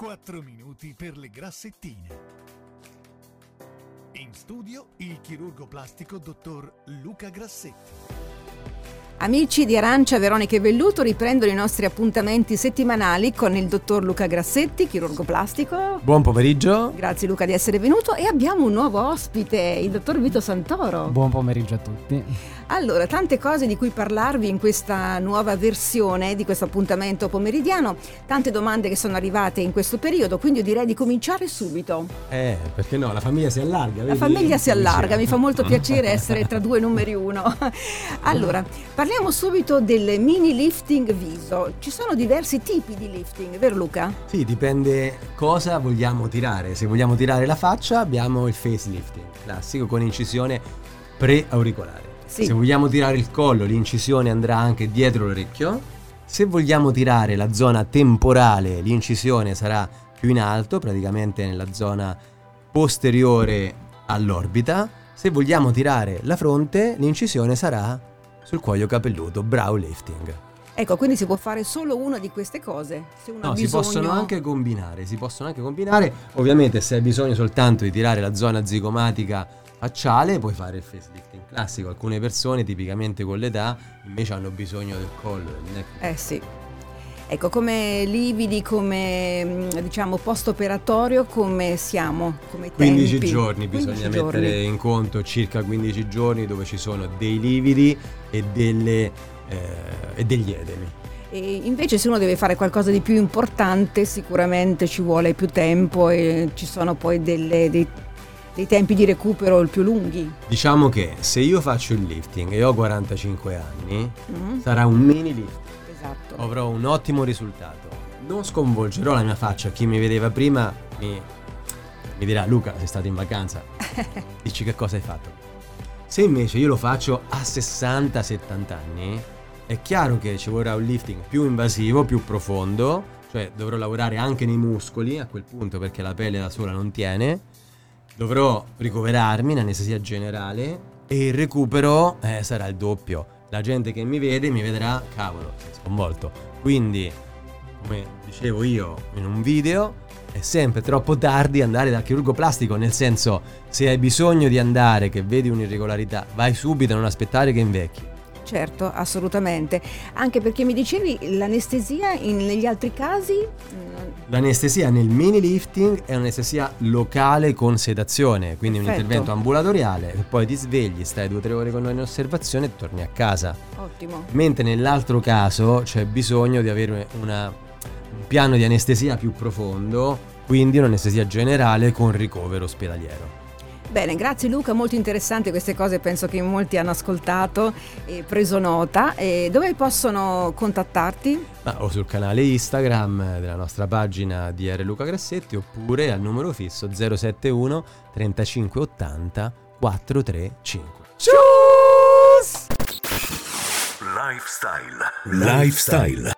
4 minuti per le grassettine. In studio il chirurgo plastico dottor Luca Grassetti. Amici di Arancia, Veronica e Velluto riprendono i nostri appuntamenti settimanali con il dottor Luca Grassetti, chirurgo plastico. Buon pomeriggio. Grazie Luca di essere venuto, e abbiamo un nuovo ospite, il dottor Vito Santoro. Buon pomeriggio a tutti. Allora, tante cose di cui parlarvi in questa nuova versione di questo appuntamento pomeridiano, tante domande che sono arrivate in questo periodo, quindi io direi di cominciare subito. Perché no, la famiglia si allarga. La famiglia si allarga, mi fa molto piacere essere tra due numeri uno. Allora, parliamo subito del mini lifting viso. Ci sono diversi tipi di lifting, vero Luca? Sì, dipende cosa vogliamo tirare. Se vogliamo tirare la faccia abbiamo il facelifting classico con incisione preauricolare. Sì. Se vogliamo tirare il collo, l'incisione andrà anche dietro l'orecchio. Se vogliamo tirare la zona temporale, l'incisione sarà più in alto, praticamente nella zona posteriore all'orbita. Se vogliamo tirare la fronte, l'incisione sarà sul cuoio capelluto, brow lifting. Ecco, quindi si può fare solo una di queste cose? Se uno ha No, bisogno... si possono anche combinare. Ovviamente se hai bisogno soltanto di tirare la zona zigomatica facciale, puoi fare il facelifting classico. Alcune persone, tipicamente con l'età, invece hanno bisogno del collo, del neck. Sì. Ecco, come lividi, come diciamo post-operatorio, come siamo? Come 15 tempi? giorni 15 bisogna giorni. mettere in conto, circa 15 giorni, dove ci sono dei lividi e degli edemi. E invece se uno deve fare qualcosa di più importante, sicuramente ci vuole più tempo e ci sono poi dei tempi di recupero più lunghi. Diciamo che se io faccio il lifting e ho 45 anni, sarà un mini lifting. Esatto. Avrò un ottimo risultato. Non sconvolgerò la mia faccia. Chi mi vedeva prima mi dirà: Luca, sei stato in vacanza, dici che cosa hai fatto. Se invece io lo faccio a 60-70 anni, è chiaro che ci vorrà un lifting più invasivo, più profondo, cioè dovrò lavorare anche nei muscoli a quel punto, perché la pelle da sola non tiene. Dovrò ricoverarmi in anestesia generale e il recupero sarà il doppio. La gente che mi vede mi vedrà: cavolo, sei sconvolto. Quindi, come dicevo io in un video, è sempre troppo tardi andare dal chirurgo plastico, nel senso, se hai bisogno di andare, che vedi un'irregolarità, vai subito, non aspettare che invecchi. Certo, assolutamente. Anche perché mi dicevi l'anestesia negli altri casi? L'anestesia nel mini lifting è un'anestesia locale con sedazione, quindi Perfetto. un intervento ambulatoriale, e poi ti svegli, stai 2-3 ore con noi in osservazione e torni a casa. Ottimo. Mentre nell'altro caso c'è bisogno di avere un piano di anestesia più profondo, quindi un'anestesia generale con ricovero ospedaliero. Bene, grazie Luca, molto interessante queste cose, penso che molti hanno ascoltato e preso nota. E dove possono contattarti? O sul canale Instagram della nostra pagina DR Luca Grassetti, oppure al numero fisso 071 35 80 435. Lifestyle.